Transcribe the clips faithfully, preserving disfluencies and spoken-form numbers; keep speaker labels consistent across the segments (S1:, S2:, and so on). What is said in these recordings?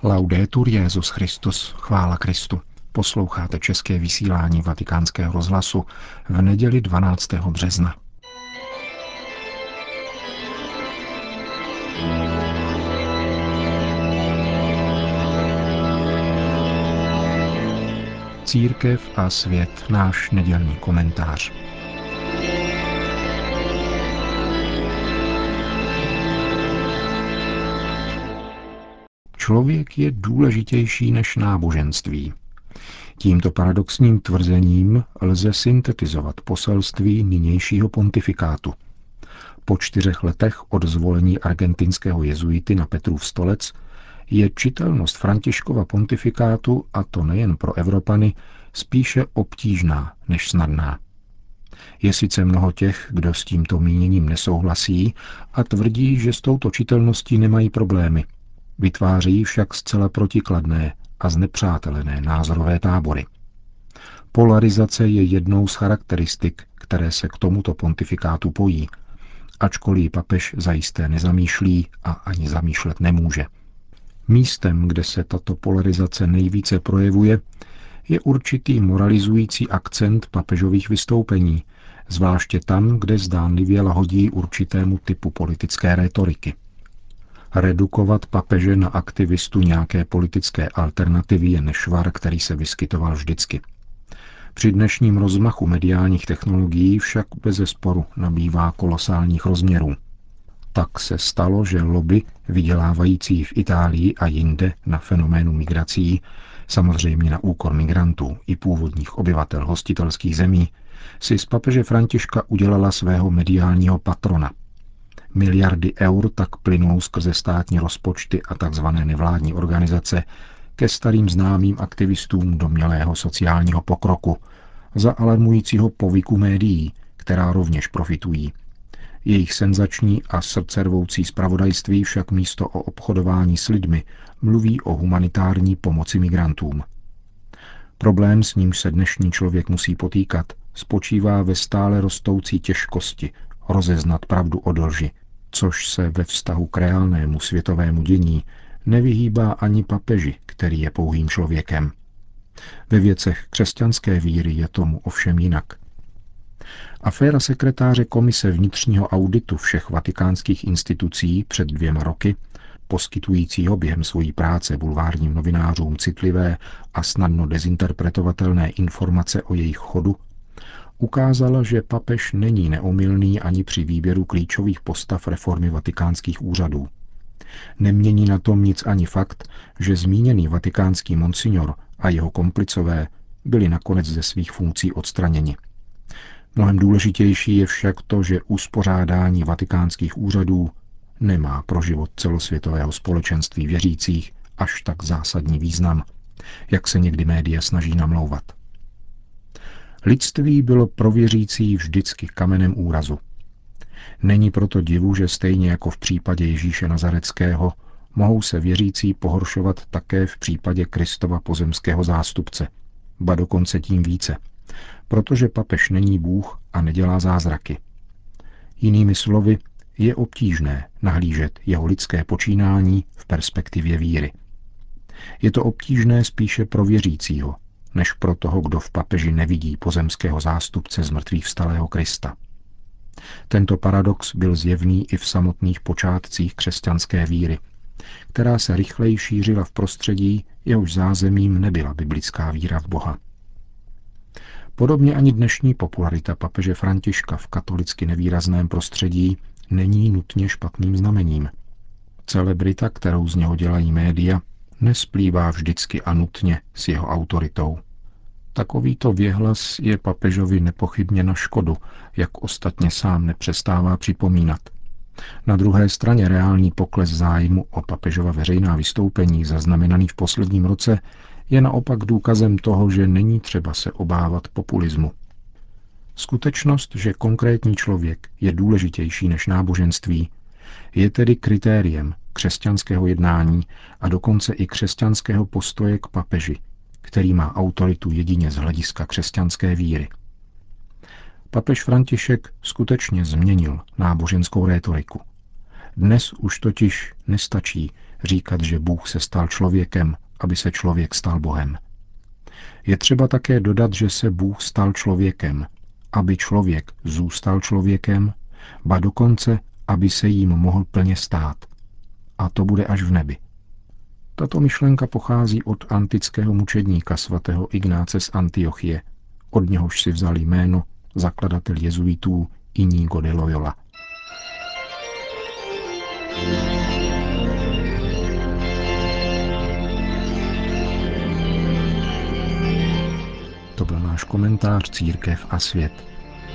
S1: Laudetur Jesus Christus, chvála Kristu. Posloucháte české vysílání Vatikánského rozhlasu v neděli dvanáctého března. Církev a svět, náš nedělní komentář. Člověk je důležitější než náboženství. Tímto paradoxním tvrzením lze syntetizovat poselství nynějšího pontifikátu. Po čtyřech letech od zvolení argentinského jezuity na Petrův stolec je čitelnost Františkova pontifikátu, a to nejen pro Evropany, spíše obtížná než snadná. Je sice mnoho těch, kdo s tímto míněním nesouhlasí a tvrdí, že s touto čitelností nemají problémy. Vytváří však zcela protikladné a znepřátelené názorové tábory. Polarizace je jednou z charakteristik, které se k tomuto pontifikátu pojí, ačkoliv papež zajisté nezamýšlí a ani zamýšlet nemůže. Místem, kde se tato polarizace nejvíce projevuje, je určitý moralizující akcent papežových vystoupení, zvláště tam, kde zdánlivě lahodí určitému typu politické rétoriky. Redukovat papeže na aktivistu nějaké politické alternativy je nešvar, který se vyskytoval vždycky. Při dnešním rozmachu mediálních technologií však bezesporu nabývá kolosálních rozměrů. Tak se stalo, že lobby vydělávající v Itálii a jinde na fenoménu migrací, samozřejmě na úkor migrantů i původních obyvatel hostitelských zemí, si z papeže Františka udělala svého mediálního patrona. Miliardy eur tak plynou skrze státní rozpočty a tzv. Nevládní organizace ke starým známým aktivistům domnělého sociálního pokroku, za alarmujícího povyku médií, která rovněž profitují. Jejich senzační a srdcervoucí zpravodajství však místo o obchodování s lidmi mluví o humanitární pomoci migrantům. Problém, s nímž se dnešní člověk musí potýkat, spočívá ve stále rostoucí těžkosti rozeznat pravdu od lži, což se ve vztahu k reálnému světovému dění nevyhýbá ani papeži, který je pouhým člověkem. Ve věcech křesťanské víry je tomu ovšem jinak. Aféra sekretáře Komise vnitřního auditu všech vatikánských institucí před dvěma roky, poskytujícího během svojí práce bulvárním novinářům citlivé a snadno dezinterpretovatelné informace o jejich chodu, ukázala, že papež není neomylný ani při výběru klíčových postav reformy vatikánských úřadů. Nemění na tom nic ani fakt, že zmíněný vatikánský monsignor a jeho komplicové byli nakonec ze svých funkcí odstraněni. Mnohem důležitější je však to, že uspořádání vatikánských úřadů nemá pro život celosvětového společenství věřících až tak zásadní význam, jak se někdy média snaží namlouvat. Lidství bylo pro věřící vždycky kamenem úrazu. Není proto divu, že stejně jako v případě Ježíše Nazareckého mohou se věřící pohoršovat také v případě Kristova pozemského zástupce, ba dokonce tím více, protože papež není Bůh a nedělá zázraky. Jinými slovy, je obtížné nahlížet jeho lidské počínání v perspektivě víry. Je to obtížné spíše pro věřícího, než pro toho, kdo v papeži nevidí pozemského zástupce zmrtvých vstalého Krista. Tento paradox byl zjevný i v samotných počátcích křesťanské víry, která se rychleji šířila v prostředí, jehož zázemím nebyla biblická víra v Boha. Podobně ani dnešní popularita papeže Františka v katolicky nevýrazném prostředí není nutně špatným znamením. Celebrita, kterou z něho dělají média, nesplývá vždycky a nutně s jeho autoritou. Takovýto věhlas je papežovi nepochybně na škodu, jak ostatně sám nepřestává připomínat. Na druhé straně reálný pokles zájmu o papežova veřejná vystoupení zaznamenaný v posledním roce je naopak důkazem toho, že není třeba se obávat populismu. Skutečnost, že konkrétní člověk je důležitější než náboženství, je tedy kritériem křesťanského jednání a dokonce i křesťanského postoje k papeži, který má autoritu jedině z hlediska křesťanské víry. Papež František skutečně změnil náboženskou rétoriku. Dnes už totiž nestačí říkat, že Bůh se stal člověkem, aby se člověk stal Bohem. Je třeba také dodat, že se Bůh stal člověkem, aby člověk zůstal člověkem, ba dokonce, aby se jím mohl plně stát. A to bude až v nebi. Tato myšlenka pochází od antického mučedníka svatého Ignáce z Antiochie, od něhož si vzal jméno zakladatel jezuitů Iñigo de Loyola. To byl náš komentář Církev a svět.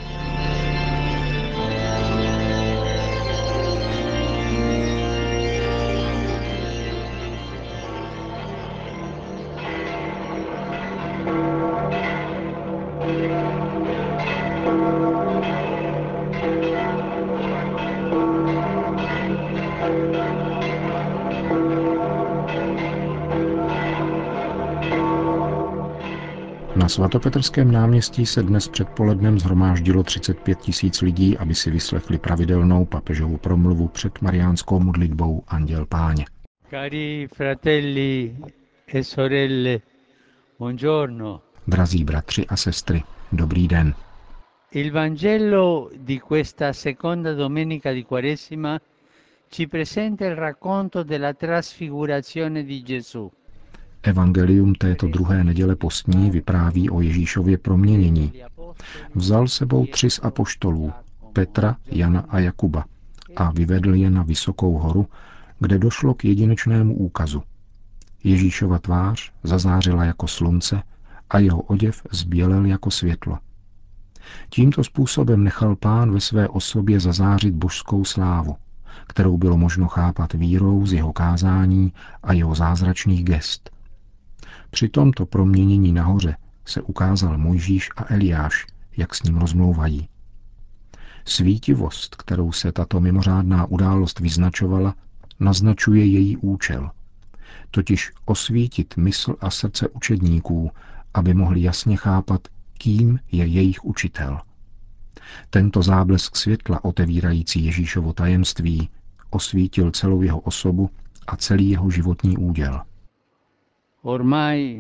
S1: Na svatopetrském náměstí se dnes předpolednem shromáždilo třicet pět tisíc lidí, aby si vyslechli pravidelnou papežovu promluvu před mariánskou modlitbou Anděl Páně.
S2: Cari fratelli e sorelle, buongiorno.
S1: Drazí bratři a sestry, dobrý den.
S2: Il Vangelo di questa seconda domenica di Quaresima ci presenta il racconto della trasfigurazione di Gesù.
S1: Evangelium této druhé neděle postní vypráví o Ježíšově proměnění. Vzal sebou tři z apoštolů, Petra, Jana a Jakuba, a vyvedl je na vysokou horu, kde došlo k jedinečnému úkazu. Ježíšova tvář zazářila jako slunce a jeho oděv zbělel jako světlo. Tímto způsobem nechal Pán ve své osobě zazářit božskou slávu, kterou bylo možno chápat vírou z jeho kázání a jeho zázračných gest. Při tomto proměnění nahoře se ukázal Mojžíš a Eliáš, jak s ním rozmlouvají. Svítivost, kterou se tato mimořádná událost vyznačovala, naznačuje její účel, totiž osvítit mysl a srdce učedníků, aby mohli jasně chápat, kým je jejich učitel. Tento záblesk světla otevírající Ježíšovo tajemství osvítil celou jeho osobu a celý jeho životní úděl.
S2: Ormai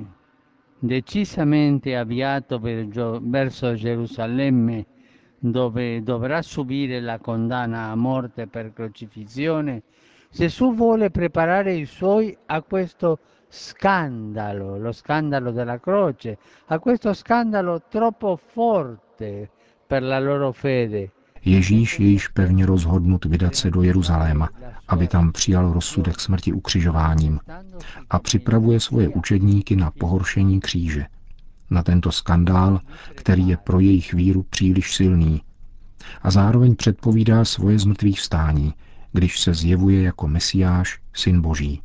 S2: decisamente avviato verso Gerusalemme, dove dovrà subire la condanna a morte per crocifissione, Gesù vuole preparare i suoi a questo scandalo, lo scandalo della croce, a questo scandalo troppo forte per la loro fede.
S1: Ježíš je již pevně rozhodnut vydat se do Jeruzaléma, aby tam přijal rozsudek smrti ukřižováním, a připravuje svoje učedníky na pohoršení kříže, na tento skandál, který je pro jejich víru příliš silný, a zároveň předpovídá svoje zmrtvýchvstání, když se zjevuje jako Mesiáš, Syn Boží.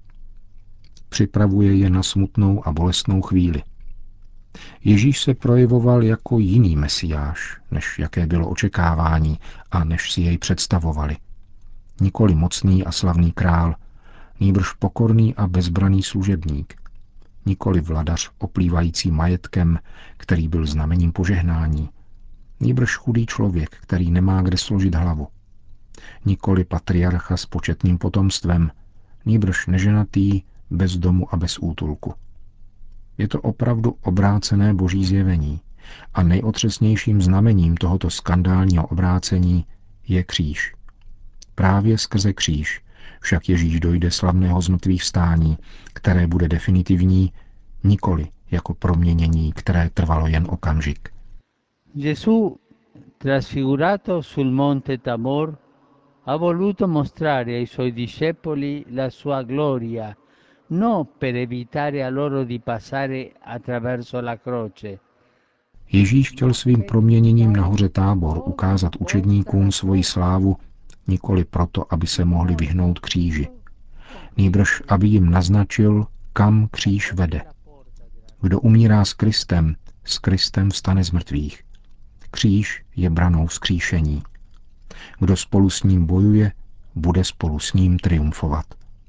S1: Připravuje je na smutnou a bolestnou chvíli. Ježíš se projevoval jako jiný Mesiáš, než jaké bylo očekávání a než si jej představovali. Nikoli mocný a slavný král, nýbrž pokorný a bezbraný služebník. Nikoli vladař oplývající majetkem, který byl znamením požehnání. Nýbrž chudý člověk, který nemá kde složit hlavu. Nikoli patriarcha s početným potomstvem, nýbrž neženatý, bez domu a bez útulku. Je to opravdu obrácené boží zjevení a nejotřesnějším znamením tohoto skandálního obrácení je kříž. Právě skrze kříž však Ježíš dojde slavného zmrtvýchvstání, které bude definitivní, nikoli jako proměnění, které trvalo jen okamžik.
S2: Gesù, trasfigurato sul monte Tabor, ha voluto mostrare ai suoi discepoli la sua gloria, no per evitare a loro di passare attraverso la croce.
S1: Ježíš chtěl svým proměněním nahoře Tábor ukázat učedníkům svoji slávu nikoli proto, aby se mohli vyhnout kříži, nýbrž aby jim naznačil, kam kříž vede. Kdo umírá s Kristem, s Kristem vstane z mrtvých. Kříž je branou vzkříšení. Kdo spolu s ním bojuje, bude spolu s ním triumfovat.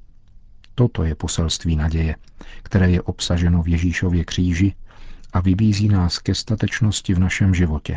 S1: Toto je poselství naděje, které je obsaženo v Ježíšově kříži a vybízí nás ke statečnosti v našem životě.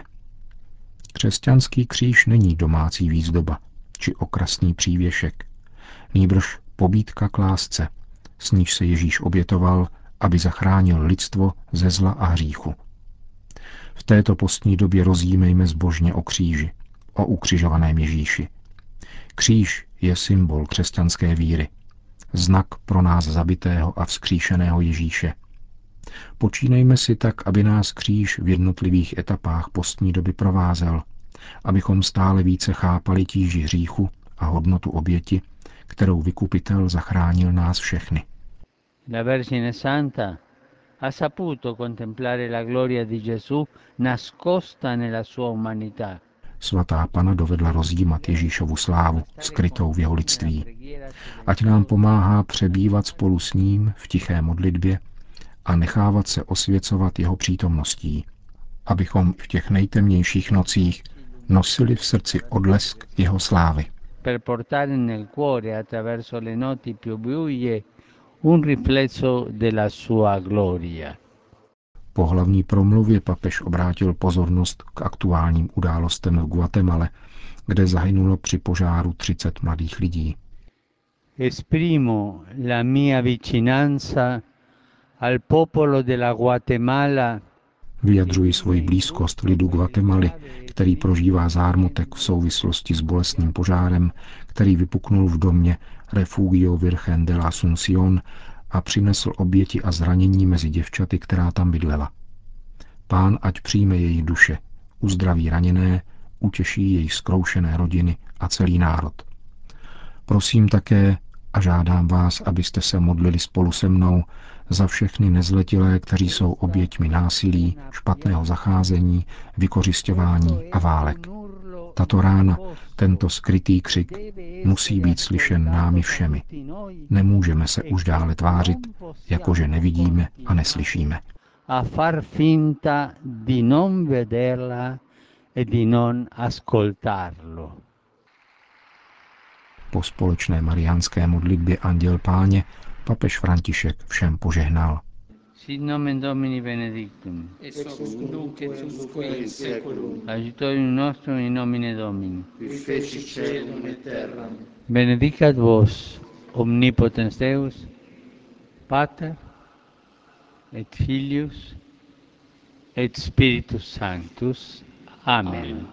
S1: Křesťanský kříž není domácí výzdoba či okrasný přívěšek, nýbrž pobídka k lásce, s níž se Ježíš obětoval, aby zachránil lidstvo ze zla a hříchu. V této postní době rozjímejme zbožně o kříži, o ukřižovaném Ježíši. Kříž je symbol křesťanské víry, znak pro nás zabitého a vzkříšeného Ježíše. Počínejme si tak, aby nás kříž v jednotlivých etapách postní doby provázel, abychom stále více chápali tíži hříchu a hodnotu oběti, kterou vykupitel zachránil nás všechny.
S2: La Vergine Santa ha saputo contemplare la gloria di Gesù nascosta nella sua umanità.
S1: Svatá Panna dovedla rozjímat Ježíšovu slávu, skrytou v jeho lidství. Ať nám pomáhá přebývat spolu s ním v tiché modlitbě a nechávat se osvěcovat jeho přítomností, abychom v těch nejtemnějších nocích nosili v srdci odlesk jeho slávy.
S2: Per portare nel cuore attraverso le notti più buie un riflesso della sua gloria.
S1: Po hlavní promluvě papež obrátil pozornost k aktuálním událostem v Guatemale, kde zahynulo při požáru třicet mladých lidí.
S2: Esprimo la mia vicinanza al popolo della Guatemala.
S1: Vyjadřuji svoji blízkost lidu Guatemaly, který prožívá zármutek v souvislosti s bolestným požárem, který vypuknul v domě Refugio Virgen de la Asunción a přinesl oběti a zranění mezi děvčaty, která tam bydlela. Pán ať přijme jejich duše, uzdraví raněné, utěší jejich zkroušené rodiny a celý národ. Prosím také a žádám vás, abyste se modlili spolu se mnou za všechny nezletilé, kteří jsou oběťmi násilí, špatného zacházení, vykořisťování a válek. Tato rána, tento skrytý křik, musí být slyšen námi všemi. Nemůžeme se už dále tvářit, jakože nevidíme a neslyšíme.
S2: A far finta di non vederla e di non ascoltarlo.
S1: Po společné mariánské modlitbě Anděl Páně papež František všem požehnal.
S2: Sit nomen Domini benedictum.
S3: Ex hoc nunc et usque in seculum.
S2: Aiutorium nostrum in nomine Domini.
S3: Qui feci caelum et terram.
S2: Benedicat vos omnipotens Deus, Pater et Filius et Spiritus Sanctus. Amen. Amen.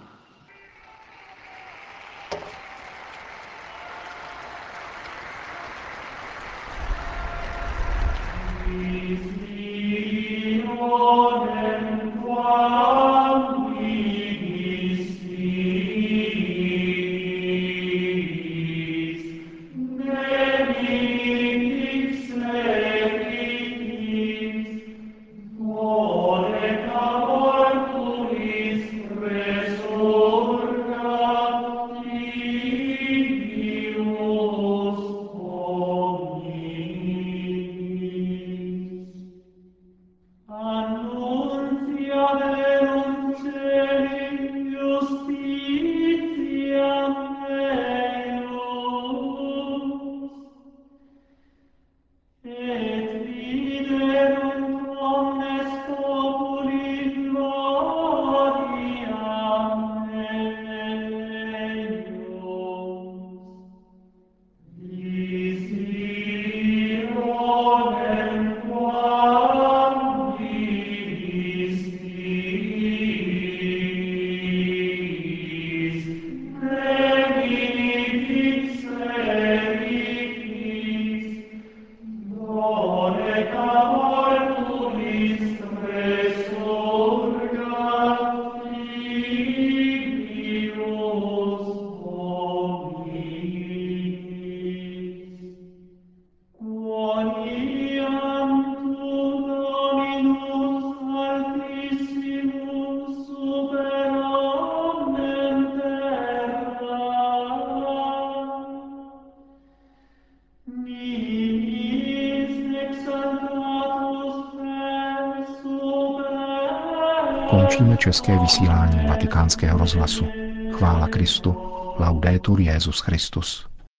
S1: Končíme české vysílání Vatikánského rozhlasu. Chvála Kristu. Laudetur Jesus Christus.